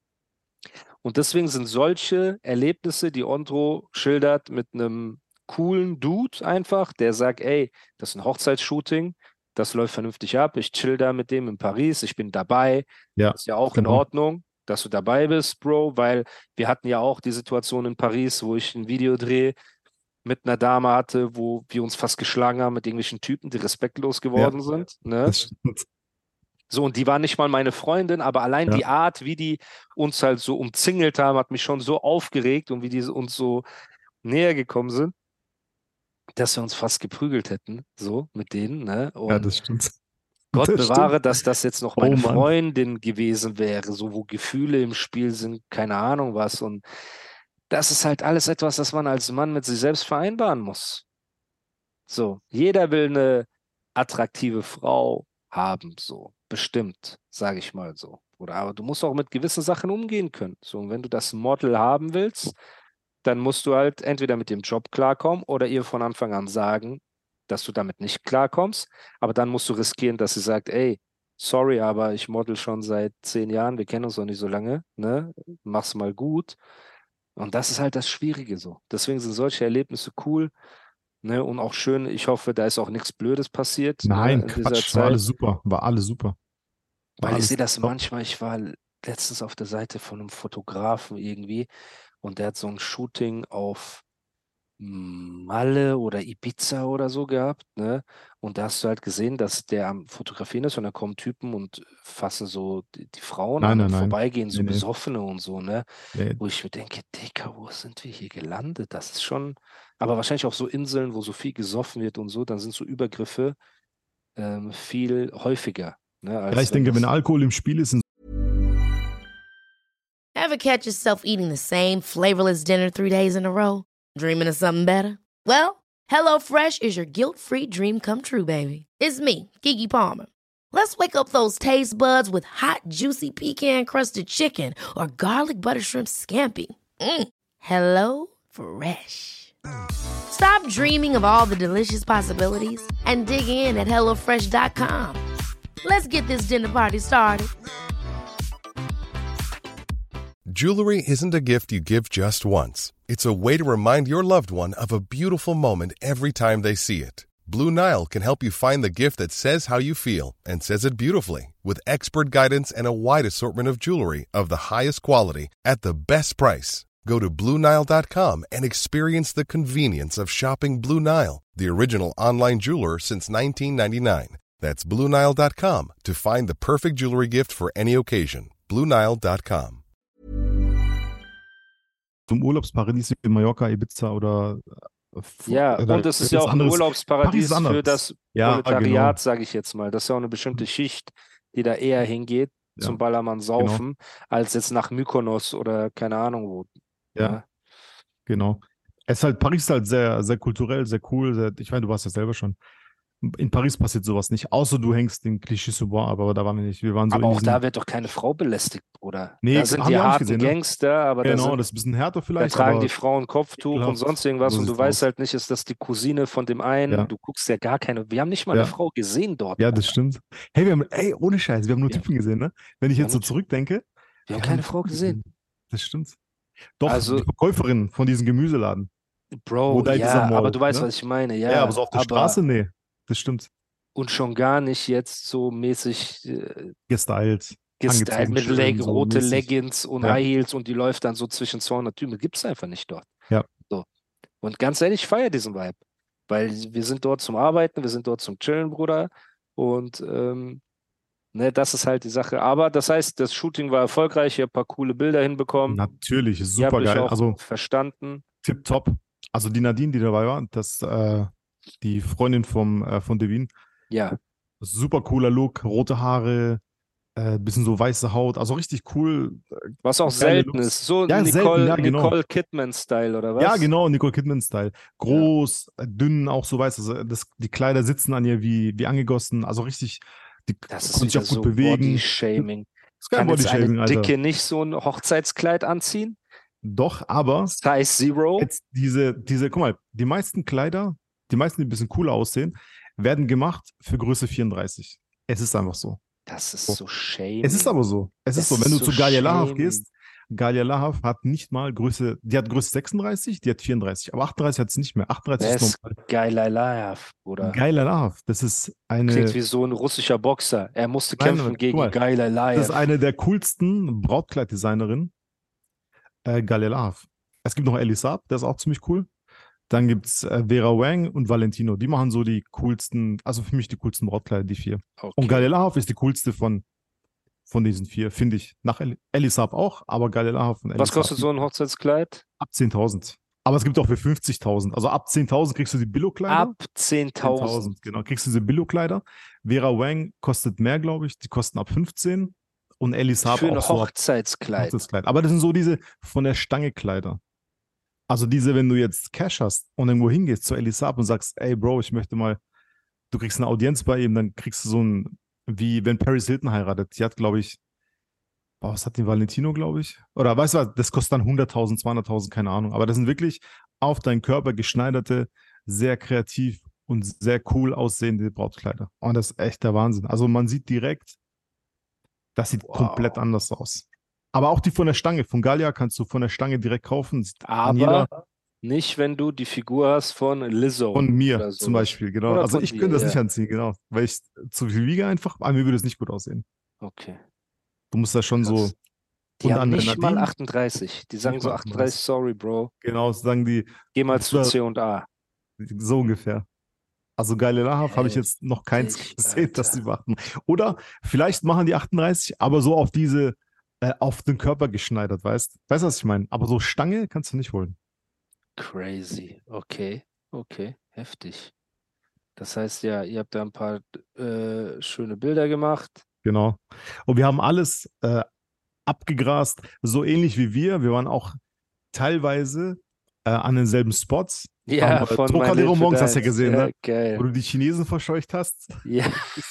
[SPEAKER 2] Und deswegen sind solche Erlebnisse, die Ondro schildert, mit einem coolen Dude einfach, der sagt, ey, das ist ein Hochzeitsshooting, das läuft vernünftig ab, ich chill da mit dem in Paris, ich bin dabei,
[SPEAKER 3] Ja,
[SPEAKER 2] ist ja auch
[SPEAKER 3] genau.
[SPEAKER 2] in Ordnung, dass du dabei bist, Bro, weil wir hatten ja auch die Situation in Paris, wo ich ein Video drehe, mit einer Dame hatte, wo wir uns fast geschlagen haben mit irgendwelchen Typen, die respektlos geworden
[SPEAKER 3] Ja.
[SPEAKER 2] sind. Ne?
[SPEAKER 3] Das stimmt.
[SPEAKER 2] So, und die war nicht mal meine Freundin, aber allein
[SPEAKER 3] Ja.
[SPEAKER 2] die Art, wie die uns halt so umzingelt haben, hat mich schon so aufgeregt und wie die uns so näher gekommen sind, dass wir uns fast geprügelt hätten, so mit denen. Ne? Und
[SPEAKER 3] Ja, das stimmt.
[SPEAKER 2] Gott
[SPEAKER 3] Das
[SPEAKER 2] bewahre,
[SPEAKER 3] stimmt.
[SPEAKER 2] dass das jetzt noch
[SPEAKER 3] Oh
[SPEAKER 2] meine
[SPEAKER 3] Mann.
[SPEAKER 2] Freundin gewesen wäre, so wo Gefühle im Spiel sind, keine Ahnung was. Und das ist halt alles etwas, das man als Mann mit sich selbst vereinbaren muss. So, jeder will eine attraktive Frau haben, so, bestimmt, sage ich mal so. Oder aber du musst auch mit gewissen Sachen umgehen können. So, und wenn du das Model haben willst, dann musst du halt entweder mit dem Job klarkommen oder ihr von Anfang an sagen, dass du damit nicht klarkommst. Aber dann musst du riskieren, dass sie sagt, ey, sorry, aber ich model schon seit zehn Jahren, wir kennen uns noch nicht so lange, ne? Mach's mal gut. Und das ist halt das Schwierige so. Deswegen sind solche Erlebnisse cool, ne? Und auch schön, ich hoffe, da ist auch nichts Blödes passiert, ne,
[SPEAKER 3] Nein,
[SPEAKER 2] in dieser
[SPEAKER 3] Quatsch. War
[SPEAKER 2] Zeit.
[SPEAKER 3] alles super. War alles super. War
[SPEAKER 2] Weil ich
[SPEAKER 3] alles
[SPEAKER 2] sehe das
[SPEAKER 3] top.
[SPEAKER 2] manchmal, ich war letztens auf der Seite von einem Fotografen irgendwie und der hat so ein Shooting auf Malle oder Ibiza oder so gehabt, ne? Und da hast du halt gesehen, dass der am Fotografieren ist und dann kommen Typen und fassen so die, die Frauen
[SPEAKER 3] Nein,
[SPEAKER 2] an
[SPEAKER 3] nein,
[SPEAKER 2] und
[SPEAKER 3] nein.
[SPEAKER 2] vorbeigehen, so
[SPEAKER 3] Nee, nee.
[SPEAKER 2] Besoffene und so, ne?
[SPEAKER 3] Nee.
[SPEAKER 2] Wo ich mir denke, Digga, wo sind wir hier gelandet? Das ist schon, aber wahrscheinlich auch so Inseln, wo so viel gesoffen wird und so, dann sind so Übergriffe ähm, viel häufiger, ne?
[SPEAKER 3] Ja,
[SPEAKER 2] Als
[SPEAKER 3] ich
[SPEAKER 2] wenn
[SPEAKER 3] denke, wenn
[SPEAKER 2] das,
[SPEAKER 3] Alkohol im Spiel ist, sind
[SPEAKER 4] Ever catch yourself eating the same flavorless dinner three days in a row? Dreaming of something better? Well, HelloFresh is your guilt-free dream come true, baby. It's me, Keke Palmer. Let's wake up those taste buds with hot, juicy pecan-crusted chicken or garlic butter shrimp scampi. Mm. Hello Fresh. Stop dreaming of all the delicious possibilities and dig in at hello fresh dot com. Let's get this dinner party started.
[SPEAKER 5] Jewelry isn't a gift you give just once. It's a way to remind your loved one of a beautiful moment every time they see it. Blue Nile can help you find the gift that says how you feel and says it beautifully, with expert guidance and a wide assortment of jewelry of the highest quality at the best price. Go to blue nile dot com and experience the convenience of shopping Blue Nile, the original online jeweler since nineteen ninety-nine. That's blue nile dot com to find the perfect jewelry gift for any occasion. blue nile dot com.
[SPEAKER 3] zum Urlaubsparadies wie Mallorca, Ibiza oder äh,
[SPEAKER 2] ja,
[SPEAKER 3] oder
[SPEAKER 2] und es ist ja
[SPEAKER 3] etwas
[SPEAKER 2] auch ein
[SPEAKER 3] anderes. Paris
[SPEAKER 2] Urlaubsparadies
[SPEAKER 3] ist anders.
[SPEAKER 2] für das
[SPEAKER 3] Ja,
[SPEAKER 2] Proletariat,
[SPEAKER 3] genau.
[SPEAKER 2] sage ich jetzt mal. Das ist ja auch eine bestimmte Schicht, die da eher hingeht
[SPEAKER 3] Ja,
[SPEAKER 2] zum Ballermann saufen, als jetzt nach Mykonos oder keine Ahnung wo.
[SPEAKER 3] ja,
[SPEAKER 2] Ne?
[SPEAKER 3] genau. Es ist halt, Paris ist halt sehr, sehr kulturell, sehr cool. Sehr, ich meine, du warst ja selber schon. In Paris passiert sowas nicht, außer du hängst den Clichy-sous-Bois, aber da waren wir nicht. Wir waren so
[SPEAKER 2] aber
[SPEAKER 3] in
[SPEAKER 2] auch
[SPEAKER 3] diesem,
[SPEAKER 2] da wird doch keine Frau belästigt, Bruder.
[SPEAKER 3] Nee,
[SPEAKER 2] da sind
[SPEAKER 3] haben
[SPEAKER 2] die
[SPEAKER 3] wir auch nicht
[SPEAKER 2] harten
[SPEAKER 3] gesehen, ne?
[SPEAKER 2] Gangster, aber da,
[SPEAKER 3] Genau,
[SPEAKER 2] sind,
[SPEAKER 3] das ist ein bisschen härter
[SPEAKER 2] da
[SPEAKER 3] vielleicht,
[SPEAKER 2] tragen
[SPEAKER 3] aber
[SPEAKER 2] die Frauen Kopftuch und
[SPEAKER 3] ekelhaft.
[SPEAKER 2] sonst irgendwas
[SPEAKER 3] So
[SPEAKER 2] und du
[SPEAKER 3] sieht's
[SPEAKER 2] weißt
[SPEAKER 3] aus.
[SPEAKER 2] halt nicht, ist das die Cousine von dem einen?
[SPEAKER 3] Ja,
[SPEAKER 2] Du guckst ja gar keine. Wir haben nicht mal eine
[SPEAKER 3] ja,
[SPEAKER 2] Frau gesehen dort,
[SPEAKER 3] ja, das
[SPEAKER 2] Bruder.
[SPEAKER 3] stimmt. Hey, wir haben, ey, ohne Scheiß, wir haben nur
[SPEAKER 2] Wir,
[SPEAKER 3] Typen gesehen, ne? Wenn ich
[SPEAKER 2] wir
[SPEAKER 3] jetzt
[SPEAKER 2] haben,
[SPEAKER 3] so
[SPEAKER 2] uns-
[SPEAKER 3] zurückdenke,
[SPEAKER 2] wir haben
[SPEAKER 3] wir
[SPEAKER 2] keine
[SPEAKER 3] haben
[SPEAKER 2] Frau
[SPEAKER 3] Typen
[SPEAKER 2] gesehen.
[SPEAKER 3] gesehen. Das stimmt. Doch, die
[SPEAKER 2] Also,
[SPEAKER 3] Verkäuferin von diesem Gemüseladen, wo
[SPEAKER 2] Bro,
[SPEAKER 3] da in dieser
[SPEAKER 2] ja, aber
[SPEAKER 3] Mall,
[SPEAKER 2] du weißt,
[SPEAKER 3] ne?
[SPEAKER 2] was ich meine,
[SPEAKER 3] Ja, aber
[SPEAKER 2] ja.
[SPEAKER 3] so auf der
[SPEAKER 2] Aber
[SPEAKER 3] Straße, nee, das stimmt.
[SPEAKER 2] und schon gar nicht jetzt so mäßig äh,
[SPEAKER 3] Gestylt,
[SPEAKER 2] gestylt
[SPEAKER 3] angezogen,
[SPEAKER 2] mit
[SPEAKER 3] schön,
[SPEAKER 2] Leg
[SPEAKER 3] so
[SPEAKER 2] rote
[SPEAKER 3] mäßig.
[SPEAKER 2] Leggings und
[SPEAKER 3] Ja,
[SPEAKER 2] High Heels und die läuft dann so zwischen zweihundert Typen. Gibt es einfach nicht dort.
[SPEAKER 3] ja,
[SPEAKER 2] So. Und ganz ehrlich, ich feiere diesen Vibe. Weil wir sind dort zum Arbeiten, wir sind dort zum Chillen, Bruder. Und ähm, ne, das ist halt die Sache. Aber das heißt, das Shooting war erfolgreich, ihr habt ein paar coole Bilder hinbekommen.
[SPEAKER 3] natürlich,
[SPEAKER 2] Ihr habt
[SPEAKER 3] super
[SPEAKER 2] euch
[SPEAKER 3] geil.
[SPEAKER 2] auch
[SPEAKER 3] Also
[SPEAKER 2] verstanden.
[SPEAKER 3] tipptopp. Also die Nadine, die dabei war, das, äh, die Freundin vom, äh, von Devin,
[SPEAKER 2] Ja,
[SPEAKER 3] super cooler Look, rote Haare, äh, bisschen so weiße Haut, also richtig cool,
[SPEAKER 2] was auch
[SPEAKER 3] geile
[SPEAKER 2] selten
[SPEAKER 3] Looks.
[SPEAKER 2] ist. So
[SPEAKER 3] Ja, selten,
[SPEAKER 2] Nicole,
[SPEAKER 3] ja, genau.
[SPEAKER 2] Nicole Kidman-Style, oder
[SPEAKER 3] Ja,
[SPEAKER 2] was?
[SPEAKER 3] genau, Nicole Kidman-Style.
[SPEAKER 2] Ja,
[SPEAKER 3] Groß, äh, dünn, auch so weiß, also das, die Kleider sitzen an ihr wie, wie angegossen, also richtig, die
[SPEAKER 2] das ist
[SPEAKER 3] konnte sich
[SPEAKER 2] wieder
[SPEAKER 3] auch gut
[SPEAKER 2] so
[SPEAKER 3] bewegen.
[SPEAKER 2] Body-Shaming.
[SPEAKER 3] Ist kein
[SPEAKER 2] Kann jetzt eine
[SPEAKER 3] Bodyshaming, Alter.
[SPEAKER 2] Dicke nicht so ein Hochzeitskleid anziehen?
[SPEAKER 3] Doch, aber
[SPEAKER 2] Size Zero?
[SPEAKER 3] jetzt diese, diese, guck mal, die meisten Kleider, die meisten, die ein bisschen cooler aussehen, werden gemacht für Größe vierunddreißig. Es ist einfach so.
[SPEAKER 2] Das ist
[SPEAKER 3] So.
[SPEAKER 2] so
[SPEAKER 3] Es ist
[SPEAKER 2] shaming.
[SPEAKER 3] aber so. Es ist
[SPEAKER 2] Es
[SPEAKER 3] so. Wenn
[SPEAKER 2] ist
[SPEAKER 3] du
[SPEAKER 2] so
[SPEAKER 3] zu Galia Lahav
[SPEAKER 2] shaming.
[SPEAKER 3] gehst, Galia Lahav hat nicht mal Größe, die hat Größe sechsunddreißig, die hat vierunddreißig, aber achtunddreißig hat es nicht mehr. achtunddreißig
[SPEAKER 2] Wer
[SPEAKER 3] ist
[SPEAKER 2] ist
[SPEAKER 3] normal.
[SPEAKER 2] Geiler Lahav, Bruder?
[SPEAKER 3] Galia Lahav, das ist
[SPEAKER 2] Klingt
[SPEAKER 3] eine,
[SPEAKER 2] wie so ein russischer Boxer. Er musste
[SPEAKER 3] nein,
[SPEAKER 2] kämpfen
[SPEAKER 3] aber guck
[SPEAKER 2] gegen
[SPEAKER 3] mal,
[SPEAKER 2] Geiler
[SPEAKER 3] das ist
[SPEAKER 2] Lahav.
[SPEAKER 3] eine der coolsten Brautkleiddesignerinnen, äh, Galia Lahav. Es gibt noch Elisab, der ist auch ziemlich cool. Dann gibt es äh, Vera Wang und Valentino. Die machen so die coolsten, also für mich die coolsten Brautkleider, die vier. Und
[SPEAKER 2] Okay.
[SPEAKER 3] Galia Lahav ist die coolste von, von diesen vier, finde ich. Nach El Elisab auch, aber Galia Lahav und
[SPEAKER 2] Was
[SPEAKER 3] Elisab
[SPEAKER 2] kostet so ein Hochzeitskleid?
[SPEAKER 3] ab zehntausend. Aber es gibt auch für fünfzigtausend. Also ab zehntausend kriegst du die Billo-Kleider.
[SPEAKER 2] Ab zehntausend.
[SPEAKER 3] zehntausend, genau. Kriegst du diese Billo-Kleider. Vera Wang kostet mehr, glaube ich. Die kosten ab fünfzehn. Und Elisab
[SPEAKER 2] Für ein
[SPEAKER 3] auch so ab
[SPEAKER 2] Hochzeitskleid.
[SPEAKER 3] Hochzeitskleid. Aber das sind so diese von der Stange Kleider. Also diese, wenn du jetzt Cash hast und irgendwo hingehst zu Elisab und sagst, ey Bro, ich möchte mal, du kriegst eine Audienz bei ihm, dann kriegst du so ein, wie wenn Paris Hilton heiratet. Die hat, glaube ich, boah, was hat die Valentino, glaube ich? Oder weißt du was, das kostet dann hunderttausend, zweihunderttausend, keine Ahnung. Aber das sind wirklich auf deinen Körper geschneiderte, sehr kreativ und sehr cool aussehende Brautkleider. Und das ist echt der Wahnsinn. Also man sieht direkt, das sieht
[SPEAKER 2] Wow.
[SPEAKER 3] komplett anders aus. Aber auch die von der Stange, von Galia kannst du von der Stange direkt kaufen. Sieht an jeder,
[SPEAKER 2] Aber nicht, wenn du die Figur hast von Lizzo
[SPEAKER 3] von mir
[SPEAKER 2] oder
[SPEAKER 3] zum
[SPEAKER 2] sowas.
[SPEAKER 3] Beispiel, genau.
[SPEAKER 2] Oder
[SPEAKER 3] Also
[SPEAKER 2] von
[SPEAKER 3] ich
[SPEAKER 2] dir,
[SPEAKER 3] könnte das
[SPEAKER 2] ja.
[SPEAKER 3] nicht anziehen, genau. Weil ich zu viel wiege einfach, aber mir würde es nicht gut aussehen.
[SPEAKER 2] Okay,
[SPEAKER 3] Du musst da schon so,
[SPEAKER 2] krass. Die
[SPEAKER 3] und
[SPEAKER 2] haben
[SPEAKER 3] an der
[SPEAKER 2] nicht mal
[SPEAKER 3] Nadine,
[SPEAKER 2] achtunddreißig. Die sagen
[SPEAKER 3] nicht
[SPEAKER 2] so
[SPEAKER 3] mal
[SPEAKER 2] achtunddreißig, sorry, Bro.
[SPEAKER 3] genau, sagen die,
[SPEAKER 2] Geh mal zu
[SPEAKER 3] Bruder,
[SPEAKER 2] C und A.
[SPEAKER 3] so ungefähr. Also geile Lahav habe ich jetzt noch keins
[SPEAKER 2] Heftig,
[SPEAKER 3] gesehen, dass
[SPEAKER 2] Alter.
[SPEAKER 3] die machen. Oder vielleicht machen die achtunddreißig, aber so auf diese, äh, auf den Körper geschneidert, weißt du? Weißt du, was ich meine? Aber so Stange kannst du nicht holen.
[SPEAKER 2] Crazy. Okay, okay, heftig. Das heißt ja, ihr habt da ein paar äh, schöne Bilder gemacht.
[SPEAKER 3] Genau. Und wir haben alles äh, abgegrast, so ähnlich wie wir. Wir waren auch teilweise äh, an denselben Spots.
[SPEAKER 2] Ja,
[SPEAKER 3] Am, äh,
[SPEAKER 2] von
[SPEAKER 3] Trocadero
[SPEAKER 2] mein
[SPEAKER 3] morgens hast du ja
[SPEAKER 2] Infidels.
[SPEAKER 3] gesehen,
[SPEAKER 2] Ja,
[SPEAKER 3] ne? Wo
[SPEAKER 2] geil.
[SPEAKER 3] du die Chinesen verscheucht hast.
[SPEAKER 2] Ja.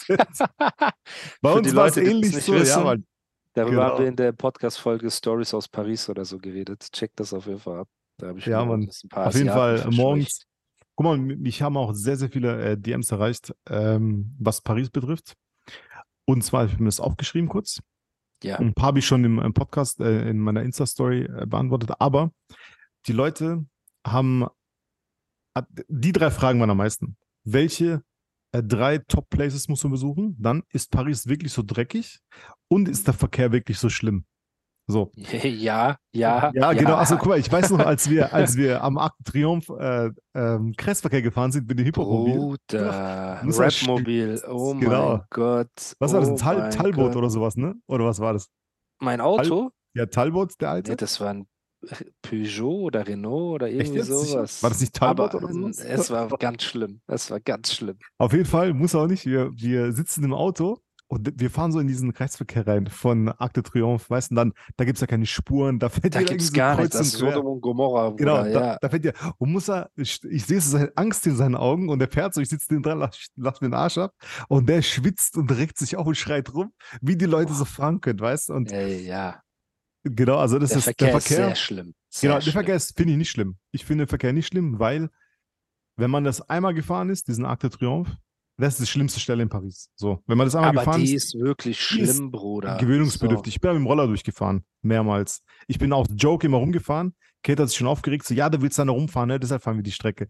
[SPEAKER 3] Bei
[SPEAKER 2] Für
[SPEAKER 3] uns
[SPEAKER 2] die
[SPEAKER 3] war es
[SPEAKER 2] Leute, die das
[SPEAKER 3] ähnlich
[SPEAKER 2] nicht
[SPEAKER 3] so. Ja,
[SPEAKER 2] wissen,
[SPEAKER 3] Mann.
[SPEAKER 2] darüber haben wir
[SPEAKER 3] Genau.
[SPEAKER 2] in der Podcast-Folge Stories aus Paris oder so geredet. Checkt das auf jeden Fall ab. Da habe ich
[SPEAKER 3] Ja,
[SPEAKER 2] mir
[SPEAKER 3] Mann.
[SPEAKER 2] ein paar
[SPEAKER 3] Auf jeden
[SPEAKER 2] Asiaten
[SPEAKER 3] Fall
[SPEAKER 2] verscheucht.
[SPEAKER 3] morgens. Guck mal, mich haben auch sehr, sehr viele äh, D Ms erreicht, ähm, was Paris betrifft. Und zwar, ich habe mir das aufgeschrieben kurz.
[SPEAKER 2] Ja,
[SPEAKER 3] Ein paar habe ich schon im, im Podcast, äh, in meiner Insta-Story äh, beantwortet. Aber die Leute haben, äh, die drei Fragen waren am meisten. Welche äh, drei Top-Places musst du besuchen? Dann, ist Paris wirklich so dreckig? Und ist der Verkehr wirklich so schlimm? So.
[SPEAKER 2] ja, ja,
[SPEAKER 3] Ja, genau. Also
[SPEAKER 2] ja.
[SPEAKER 3] guck mal, ich weiß noch, als wir, als wir am Arc de Triomphe äh, ähm, Kreisverkehr gefahren sind mit dem Hip-Hop-Mobil.
[SPEAKER 2] Bruder,
[SPEAKER 3] Muss er
[SPEAKER 2] Rapmobil, oh
[SPEAKER 3] Genau.
[SPEAKER 2] mein Gott,
[SPEAKER 3] Was war das?
[SPEAKER 2] oh
[SPEAKER 3] Ein Tal
[SPEAKER 2] mein
[SPEAKER 3] Talbot
[SPEAKER 2] Gott.
[SPEAKER 3] oder sowas, ne? Oder was war das?
[SPEAKER 2] Mein
[SPEAKER 3] Tal
[SPEAKER 2] Auto?
[SPEAKER 3] ja, Talbot, der
[SPEAKER 2] Nee,
[SPEAKER 3] alte?
[SPEAKER 2] das war ein Peugeot oder Renault oder
[SPEAKER 3] Echt
[SPEAKER 2] irgendwie
[SPEAKER 3] jetzt? Sicher?
[SPEAKER 2] sowas.
[SPEAKER 3] War das nicht Talbot
[SPEAKER 2] Aber
[SPEAKER 3] oder sowas?
[SPEAKER 2] es war ganz schlimm. Es war ganz schlimm.
[SPEAKER 3] Auf jeden Fall, muss auch nicht. Wir, wir sitzen im Auto Und wir fahren so in diesen Kreisverkehr rein von Arc de Triomphe, weißt du, dann, da gibt es ja keine Spuren, da fährt
[SPEAKER 2] Da
[SPEAKER 3] jeder
[SPEAKER 2] gibt es
[SPEAKER 3] irgendwie so
[SPEAKER 2] gar
[SPEAKER 3] kreuz
[SPEAKER 2] nichts. Das
[SPEAKER 3] und
[SPEAKER 2] ist
[SPEAKER 3] quer.
[SPEAKER 2] Sodom und Gomorra,
[SPEAKER 3] Genau,
[SPEAKER 2] Bruder,
[SPEAKER 3] da,
[SPEAKER 2] ja.
[SPEAKER 3] da fährt ja, und muss er, ich, ich sehe so seine Angst in seinen Augen und der fährt so, ich sitze neben dran, lach, lach mir den Arsch ab und der schwitzt und regt sich auf und schreit rum, wie die Leute so fahren können, weißt du? Und
[SPEAKER 2] Ey, ja.
[SPEAKER 3] genau, also das
[SPEAKER 2] Der
[SPEAKER 3] ist
[SPEAKER 2] Verkehr
[SPEAKER 3] der
[SPEAKER 2] ist sehr
[SPEAKER 3] Verkehr.
[SPEAKER 2] schlimm.
[SPEAKER 3] Genau,
[SPEAKER 2] Sehr
[SPEAKER 3] der
[SPEAKER 2] schlimm.
[SPEAKER 3] Verkehr ist, finde ich, nicht schlimm. Ich finde den Verkehr nicht schlimm, weil, wenn man das einmal gefahren ist, diesen Arc de Triomphe, das ist die schlimmste Stelle in Paris. So, wenn man das einmal
[SPEAKER 2] Aber
[SPEAKER 3] gefahren
[SPEAKER 2] die
[SPEAKER 3] ist,
[SPEAKER 2] ist wirklich
[SPEAKER 3] die ist
[SPEAKER 2] schlimm, Bruder.
[SPEAKER 3] gewöhnungsbedürftig.
[SPEAKER 2] So.
[SPEAKER 3] Ich bin mit dem Roller durchgefahren, mehrmals. Ich bin auf Joke immer rumgefahren. Kate hat sich schon aufgeregt, so, ja, du willst da noch rumfahren, ne? Deshalb fahren wir die Strecke.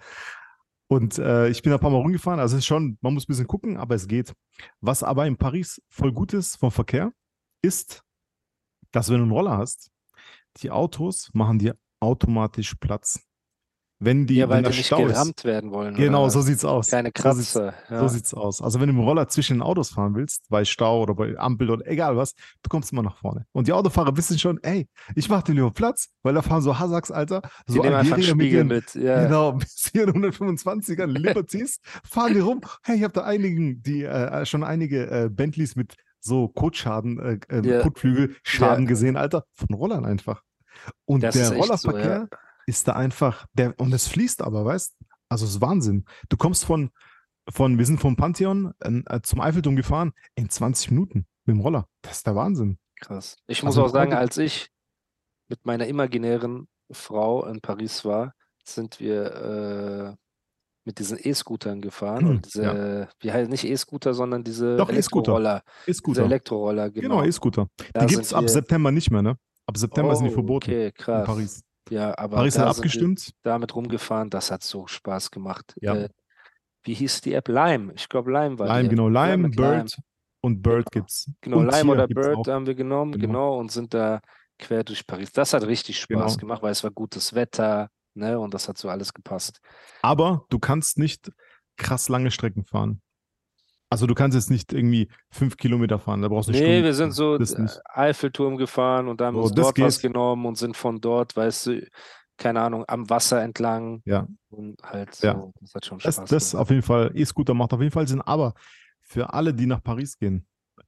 [SPEAKER 3] Und äh, ich bin ein paar Mal rumgefahren, also es ist schon, man muss ein bisschen gucken, aber es geht. Was aber in Paris voll gut ist vom Verkehr, ist, dass wenn du einen Roller hast, die Autos machen dir automatisch Platz. Wenn die,
[SPEAKER 2] Ja, weil
[SPEAKER 3] wenn da
[SPEAKER 2] die nicht
[SPEAKER 3] Stau ist.
[SPEAKER 2] gerammt werden wollen.
[SPEAKER 3] Genau,
[SPEAKER 2] oder
[SPEAKER 3] so sieht's aus.
[SPEAKER 2] Keine
[SPEAKER 3] So sieht's,
[SPEAKER 2] Kratzer.
[SPEAKER 3] so
[SPEAKER 2] Ja.
[SPEAKER 3] sieht's aus. Also wenn du mit dem Roller zwischen den Autos fahren willst, bei Stau oder bei Ampel oder egal was, du kommst immer nach vorne. Und die Autofahrer wissen schon, ey, ich mach dir lieber Platz, weil da fahren so Hasaks, Alter,
[SPEAKER 2] Die
[SPEAKER 3] so
[SPEAKER 2] nehmen einfach einen
[SPEAKER 3] Algerier mit
[SPEAKER 2] Spiegel
[SPEAKER 3] ihren,
[SPEAKER 2] mit. Ja.
[SPEAKER 3] genau, bis ihren hundertfünfundzwanzigern Liberties, fahren die rum. Hey, ich habe da einigen, die äh, schon einige äh, Bentleys mit so Kotschaden, äh, äh,
[SPEAKER 2] Ja.
[SPEAKER 3] Kotflügelschaden
[SPEAKER 2] Ja.
[SPEAKER 3] gesehen, Alter, von Rollern einfach. Und
[SPEAKER 2] Das
[SPEAKER 3] der
[SPEAKER 2] ist echt so,
[SPEAKER 3] Rollerverkehr ist da einfach, der, und es fließt aber, weißt du? Also es ist Wahnsinn. Du kommst von, von wir sind vom Pantheon äh, zum Eiffelturm gefahren in zwanzig Minuten mit dem Roller. Das ist der Wahnsinn.
[SPEAKER 2] Krass. Ich muss
[SPEAKER 3] Also
[SPEAKER 2] auch sagen,
[SPEAKER 3] heute-
[SPEAKER 2] als ich mit meiner imaginären Frau in Paris war, sind wir äh, mit diesen E-Scootern gefahren.
[SPEAKER 3] Hm,
[SPEAKER 2] Und diese, wie heißt nicht E-Scooter, sondern diese
[SPEAKER 3] Doch, E-Scooter.
[SPEAKER 2] Elektroroller. Diese
[SPEAKER 3] E-Scooter.
[SPEAKER 2] Elektroroller,
[SPEAKER 3] Genau,
[SPEAKER 2] genau.
[SPEAKER 3] E-Scooter.
[SPEAKER 2] Da
[SPEAKER 3] Die gibt es
[SPEAKER 2] sind
[SPEAKER 3] ab
[SPEAKER 2] wir-
[SPEAKER 3] September nicht mehr, ne? Ab September sind die
[SPEAKER 2] Oh,
[SPEAKER 3] verboten
[SPEAKER 2] okay,
[SPEAKER 3] in
[SPEAKER 2] krass.
[SPEAKER 3] Paris.
[SPEAKER 2] Ja, aber
[SPEAKER 3] Paris
[SPEAKER 2] da
[SPEAKER 3] hat
[SPEAKER 2] sind wir
[SPEAKER 3] abgestimmt.
[SPEAKER 2] damit rumgefahren. Das hat so Spaß gemacht.
[SPEAKER 3] Ja.
[SPEAKER 2] Äh, wie hieß die App? Lime. Ich glaube, Lime war
[SPEAKER 3] Lime,
[SPEAKER 2] die App.
[SPEAKER 3] genau.
[SPEAKER 2] Ja,
[SPEAKER 3] Lime,
[SPEAKER 2] mit
[SPEAKER 3] Bird und Bird
[SPEAKER 2] Genau.
[SPEAKER 3] gibt's.
[SPEAKER 2] Genau,
[SPEAKER 3] und
[SPEAKER 2] Lime
[SPEAKER 3] Tier
[SPEAKER 2] oder
[SPEAKER 3] gibt's
[SPEAKER 2] Bird
[SPEAKER 3] auch.
[SPEAKER 2] haben wir genommen,
[SPEAKER 3] Genau.
[SPEAKER 2] genau. und sind da quer durch Paris. Das hat richtig Spaß
[SPEAKER 3] Genau.
[SPEAKER 2] gemacht, weil es war gutes Wetter, ne, und das hat so alles gepasst.
[SPEAKER 3] Aber du kannst nicht krass lange Strecken fahren. Also du kannst jetzt nicht irgendwie fünf Kilometer fahren, da brauchst du eine
[SPEAKER 2] Nee,
[SPEAKER 3] Stunde.
[SPEAKER 2] wir sind so
[SPEAKER 3] Das
[SPEAKER 2] äh,
[SPEAKER 3] nicht.
[SPEAKER 2] Eiffelturm gefahren und da haben wir
[SPEAKER 3] So,
[SPEAKER 2] uns
[SPEAKER 3] das
[SPEAKER 2] dort was
[SPEAKER 3] geht.
[SPEAKER 2] genommen und sind von dort, weißt du, keine Ahnung, am Wasser entlang
[SPEAKER 3] Ja,
[SPEAKER 2] und halt so.
[SPEAKER 3] Ja.
[SPEAKER 2] Das hat schon
[SPEAKER 3] das,
[SPEAKER 2] Spaß
[SPEAKER 3] das
[SPEAKER 2] gemacht.
[SPEAKER 3] auf jeden Fall, E-Scooter macht auf jeden Fall Sinn. Aber für alle, die nach Paris gehen,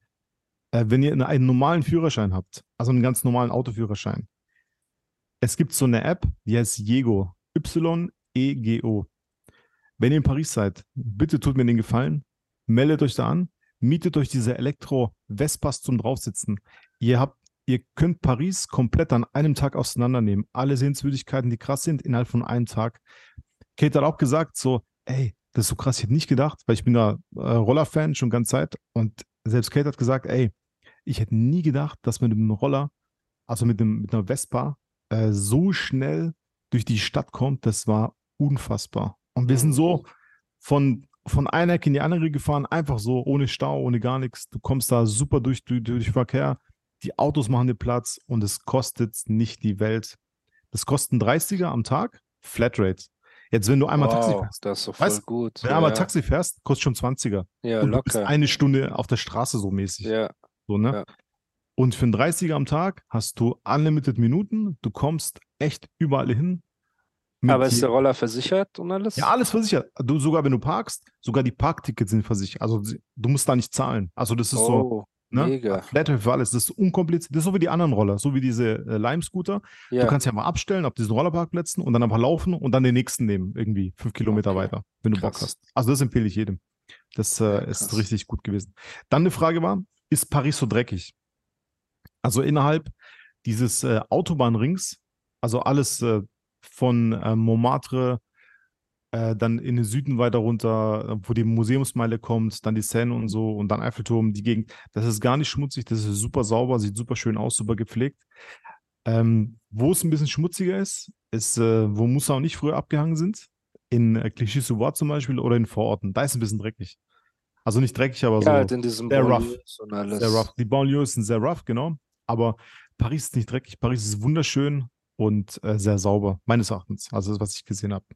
[SPEAKER 3] äh, wenn ihr einen normalen Führerschein habt, also einen ganz normalen Autoführerschein, es gibt so eine App, die heißt Yego. Y E G O. Wenn ihr in Paris seid, bitte tut mir den Gefallen, meldet euch da an, mietet euch diese Elektro-Vespas zum Draufsitzen. Ihr habt, ihr könnt Paris komplett an einem Tag auseinandernehmen. Alle Sehenswürdigkeiten, die krass sind, innerhalb von einem Tag. Kate hat auch gesagt, so, ey, das ist so krass, ich hätte nicht gedacht, weil ich bin da äh, Roller-Fan schon ganz Zeit und selbst Kate hat gesagt, ey, ich hätte nie gedacht, dass man mit einem Roller, also mit, dem, mit einer Vespa, äh, so schnell durch die Stadt kommt. Das war unfassbar. Und wir sind so von, von einer Ecke in die andere gefahren, einfach so, ohne Stau, ohne gar nichts. Du kommst da super durch, durch, durch Verkehr. Die Autos machen dir Platz und es kostet nicht die Welt. Das kostet ein dreißiger am Tag, Flatrate. Jetzt, wenn du einmal Taxi
[SPEAKER 2] Wow,
[SPEAKER 3] fährst,
[SPEAKER 2] das ist doch voll
[SPEAKER 3] weißt,
[SPEAKER 2] gut.
[SPEAKER 3] wenn du
[SPEAKER 2] Ja,
[SPEAKER 3] einmal
[SPEAKER 2] ja.
[SPEAKER 3] Taxi fährst, kostet schon zwanziger.
[SPEAKER 2] Ja,
[SPEAKER 3] und du bist
[SPEAKER 2] locker.
[SPEAKER 3] eine Stunde auf der Straße so mäßig.
[SPEAKER 2] Ja,
[SPEAKER 3] So, ne?
[SPEAKER 2] Ja.
[SPEAKER 3] Und für einen dreißiger am Tag hast du unlimited Minuten. Du kommst echt überall hin. Mit
[SPEAKER 2] aber ist
[SPEAKER 3] je-
[SPEAKER 2] der Roller versichert und alles?
[SPEAKER 3] ja, alles versichert. Du, sogar wenn du parkst, sogar die Parktickets sind versichert. Also sie- du musst da nicht zahlen. Also das ist so,
[SPEAKER 2] Oh,
[SPEAKER 3] ne?
[SPEAKER 2] mega.
[SPEAKER 3] Flatrate für alles. Das ist unkompliziert. Das ist so wie die anderen Roller, so wie diese äh, Lime-Scooter.
[SPEAKER 2] Ja,
[SPEAKER 3] Du kannst ja mal abstellen auf diesen Rollerparkplätzen und dann einfach laufen und dann den nächsten nehmen, irgendwie fünf Kilometer
[SPEAKER 2] Okay.
[SPEAKER 3] weiter, wenn du Bock
[SPEAKER 2] Krass.
[SPEAKER 3] hast. Also das empfehle ich jedem. Das äh,
[SPEAKER 2] Ja,
[SPEAKER 3] ist
[SPEAKER 2] krass.
[SPEAKER 3] richtig gut gewesen. Dann eine Frage war, ist Paris so dreckig? Also innerhalb dieses äh, Autobahnrings, also alles äh, von äh, Montmartre, äh, dann in den Süden weiter runter, äh, wo die Museumsmeile kommt, dann die Seine und so und dann Eiffelturm, die Gegend. Das ist gar nicht schmutzig, das ist super sauber, sieht super schön aus, super gepflegt. Ähm, wo es ein bisschen schmutziger ist, ist, äh, wo Moussa und ich früher abgehangen sind, in äh, Clichy-sous-Bois zum Beispiel oder in Vororten. Da ist ein bisschen dreckig. Also nicht dreckig, aber
[SPEAKER 2] ja,
[SPEAKER 3] so
[SPEAKER 2] halt in diesem
[SPEAKER 3] sehr rough.
[SPEAKER 2] Banlieues und alles.
[SPEAKER 3] sehr rough. Die Banlieues sind sehr rough, genau. Aber Paris ist nicht dreckig. Paris ist wunderschön und äh, sehr sauber, meines Erachtens. Also das, was ich gesehen habe.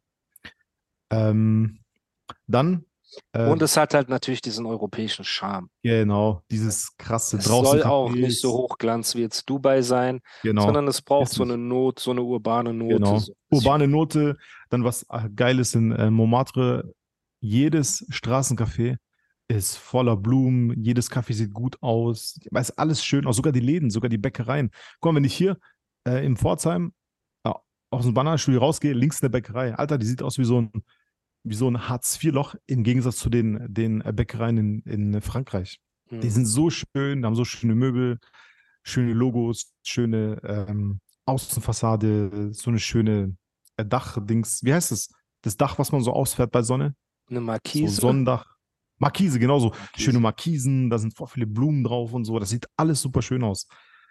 [SPEAKER 3] Ähm, dann, äh,
[SPEAKER 2] Und es hat halt natürlich diesen europäischen Charme.
[SPEAKER 3] genau, dieses krasse
[SPEAKER 2] Es
[SPEAKER 3] draußen
[SPEAKER 2] soll auch
[SPEAKER 3] Cafés.
[SPEAKER 2] nicht so Hochglanz wie jetzt Dubai sein,
[SPEAKER 3] Genau,
[SPEAKER 2] sondern es braucht
[SPEAKER 3] ist
[SPEAKER 2] so
[SPEAKER 3] nicht.
[SPEAKER 2] eine Not, so eine urbane Note.
[SPEAKER 3] Genau.
[SPEAKER 2] So.
[SPEAKER 3] Urbane Note, dann was äh, geil ist in äh, Montmartre, jedes Straßencafé ist voller Blumen, jedes Café sieht gut aus, es ist alles schön, auch sogar die Läden, sogar die Bäckereien. Guck mal, wenn ich hier äh, in Pforzheim äh, aus dem Bananenstudio rausgehe, links eine Bäckerei, Alter, die sieht aus wie so ein, wie so ein Hartz vier Loch im Gegensatz zu den, den Bäckereien in, in Frankreich. Hm. Die sind so schön, haben so schöne Möbel, schöne Logos, schöne ähm, Außenfassade, so eine schöne äh, Dachdings. Wie heißt das? Das Dach, was man so ausfährt bei Sonne?
[SPEAKER 2] Eine Markise?
[SPEAKER 3] So Sonnendach. Markise, genauso.
[SPEAKER 2] Markise.
[SPEAKER 3] Schöne Markisen, da sind voll viele Blumen drauf und so. Das sieht alles super schön aus.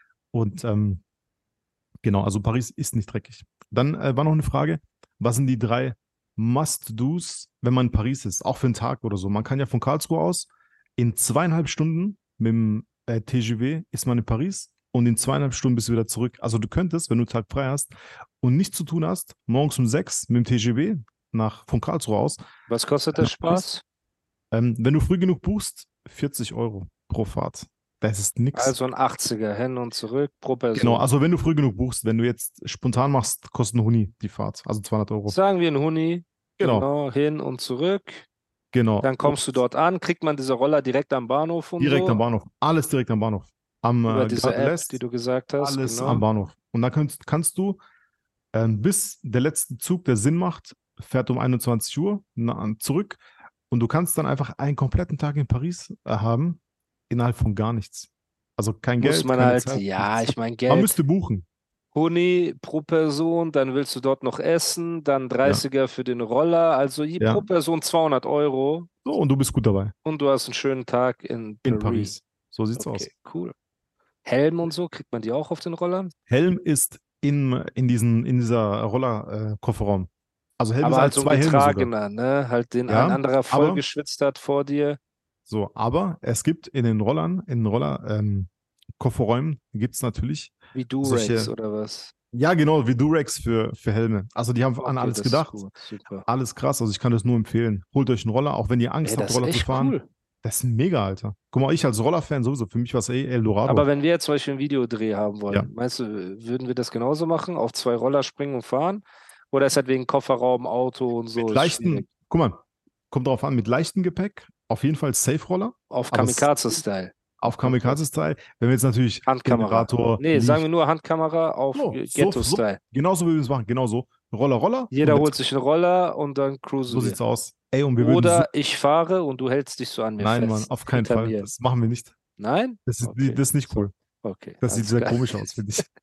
[SPEAKER 3] Und ähm, genau, also Paris ist nicht dreckig. Dann äh, war noch eine Frage, was sind die drei Must-Dos, wenn man in Paris ist, auch für einen Tag oder so? Man kann ja von Karlsruhe aus in zweieinhalb Stunden mit dem äh, T G V ist man in Paris und in zweieinhalb Stunden bist du wieder zurück. Also du könntest, wenn du einen Tag frei hast und nichts zu tun hast, morgens um sechs mit dem T G V nach, von Karlsruhe aus.
[SPEAKER 2] Was kostet der Spaß?
[SPEAKER 3] Ähm, wenn du früh genug buchst, vierzig Euro pro Fahrt. Das ist nichts.
[SPEAKER 2] Also ein achtziger hin und zurück pro Person.
[SPEAKER 3] Genau, also wenn du früh genug buchst, wenn du jetzt spontan machst, kostet ein Huni die Fahrt, also zweihundert Euro.
[SPEAKER 2] Sagen wir ein Huni,
[SPEAKER 3] genau.
[SPEAKER 2] genau, hin und zurück.
[SPEAKER 3] Genau.
[SPEAKER 2] Dann kommst und du dort an, kriegt man diese Roller direkt am Bahnhof und
[SPEAKER 3] Direkt
[SPEAKER 2] so.
[SPEAKER 3] am Bahnhof, alles direkt am Bahnhof. Am
[SPEAKER 2] Über
[SPEAKER 3] äh,
[SPEAKER 2] diese App,
[SPEAKER 3] L'Est,
[SPEAKER 2] die du gesagt hast.
[SPEAKER 3] alles
[SPEAKER 2] genau.
[SPEAKER 3] am Bahnhof. Und dann kannst, kannst du, äh, bis der letzte Zug, der Sinn macht, fährt um einundzwanzig Uhr na, zurück. Und du kannst dann einfach einen kompletten Tag in Paris äh, haben, innerhalb von gar nichts. Also kein
[SPEAKER 2] Muss
[SPEAKER 3] Geld,
[SPEAKER 2] man
[SPEAKER 3] keine
[SPEAKER 2] halt,
[SPEAKER 3] Zeit,
[SPEAKER 2] ja,
[SPEAKER 3] nichts.
[SPEAKER 2] ich meine Geld.
[SPEAKER 3] Man müsste buchen.
[SPEAKER 2] Huni pro Person, dann willst du dort noch essen, dann dreißiger ja. für den Roller, also je
[SPEAKER 3] ja.
[SPEAKER 2] pro Person zweihundert Euro.
[SPEAKER 3] So, und du bist gut dabei.
[SPEAKER 2] Und du hast einen schönen Tag in Paris.
[SPEAKER 3] In Paris. So sieht's
[SPEAKER 2] okay,
[SPEAKER 3] aus.
[SPEAKER 2] Cool. Helm und so, kriegt man die auch auf den Rollern?
[SPEAKER 3] Helm ist in, in, diesen, in dieser Roller-Kofferraum. Äh, also Helm
[SPEAKER 2] aber
[SPEAKER 3] ist
[SPEAKER 2] halt
[SPEAKER 3] halt
[SPEAKER 2] so
[SPEAKER 3] zwei
[SPEAKER 2] getragener, ne? Halt den
[SPEAKER 3] ja,
[SPEAKER 2] ein anderer voll
[SPEAKER 3] aber,
[SPEAKER 2] geschwitzt hat vor dir.
[SPEAKER 3] So, aber es gibt in den Rollern, in den Roller ähm, Kofferräumen gibt es natürlich
[SPEAKER 2] wie Durex oder was?
[SPEAKER 3] Ja, genau, wie Durex für, für Helme. Also die haben
[SPEAKER 2] okay,
[SPEAKER 3] an alles gedacht. Alles krass, also ich kann das nur empfehlen. Holt euch einen Roller, auch wenn ihr Angst
[SPEAKER 2] Ey,
[SPEAKER 3] habt, Roller zu fahren.
[SPEAKER 2] Cool.
[SPEAKER 3] Das ist mega, Alter. Guck mal, ich als Rollerfan sowieso, für mich war es eh Eldorado.
[SPEAKER 2] Aber wenn wir jetzt zum Beispiel einen Videodreh haben wollen,
[SPEAKER 3] ja.
[SPEAKER 2] meinst du, würden wir das genauso machen? Auf zwei Roller springen und fahren? Oder ist halt wegen Kofferraum, Auto und so?
[SPEAKER 3] Mit leichten, guck mal, kommt drauf an, mit leichtem Gepäck, auf jeden Fall Safe-Roller.
[SPEAKER 2] Auf Kamikaze-Style.
[SPEAKER 3] Auf Kamikaze-Style. Wenn wir jetzt natürlich
[SPEAKER 2] Handkamera.
[SPEAKER 3] Generator,
[SPEAKER 2] nee,
[SPEAKER 3] Licht,
[SPEAKER 2] sagen wir nur Handkamera auf
[SPEAKER 3] oh,
[SPEAKER 2] Ghetto-Style.
[SPEAKER 3] So, genauso wie wir es machen, genauso. Roller, Roller.
[SPEAKER 2] Jeder holt sich einen Roller und dann cruisen
[SPEAKER 3] So
[SPEAKER 2] wir.
[SPEAKER 3] sieht's aus. Ey, und wir
[SPEAKER 2] Oder
[SPEAKER 3] so
[SPEAKER 2] ich fahre und du hältst dich so an mir
[SPEAKER 3] Nein,
[SPEAKER 2] fest.
[SPEAKER 3] Nein, Mann, auf keinen Fall. Mir. Das machen wir nicht.
[SPEAKER 2] Nein?
[SPEAKER 3] Das ist,
[SPEAKER 2] okay.
[SPEAKER 3] das ist nicht cool.
[SPEAKER 2] So. Okay.
[SPEAKER 3] Das sieht sehr geil. komisch aus, finde ich.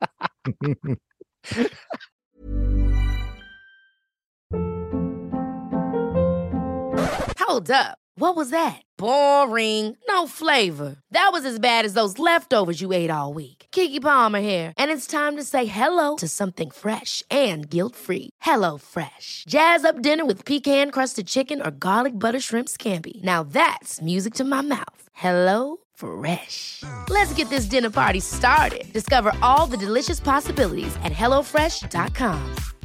[SPEAKER 4] Hold up. What was that? Boring. No flavor. That was as bad as those leftovers you ate all week. Keke Palmer here, and it's time to say hello to something fresh and guilt-free. Hello Fresh. Jazz up dinner with pecan-crusted chicken or garlic butter shrimp scampi. Now that's music to my mouth. Hello Fresh. Let's get this dinner party started. Discover all the delicious possibilities at hello fresh dot com.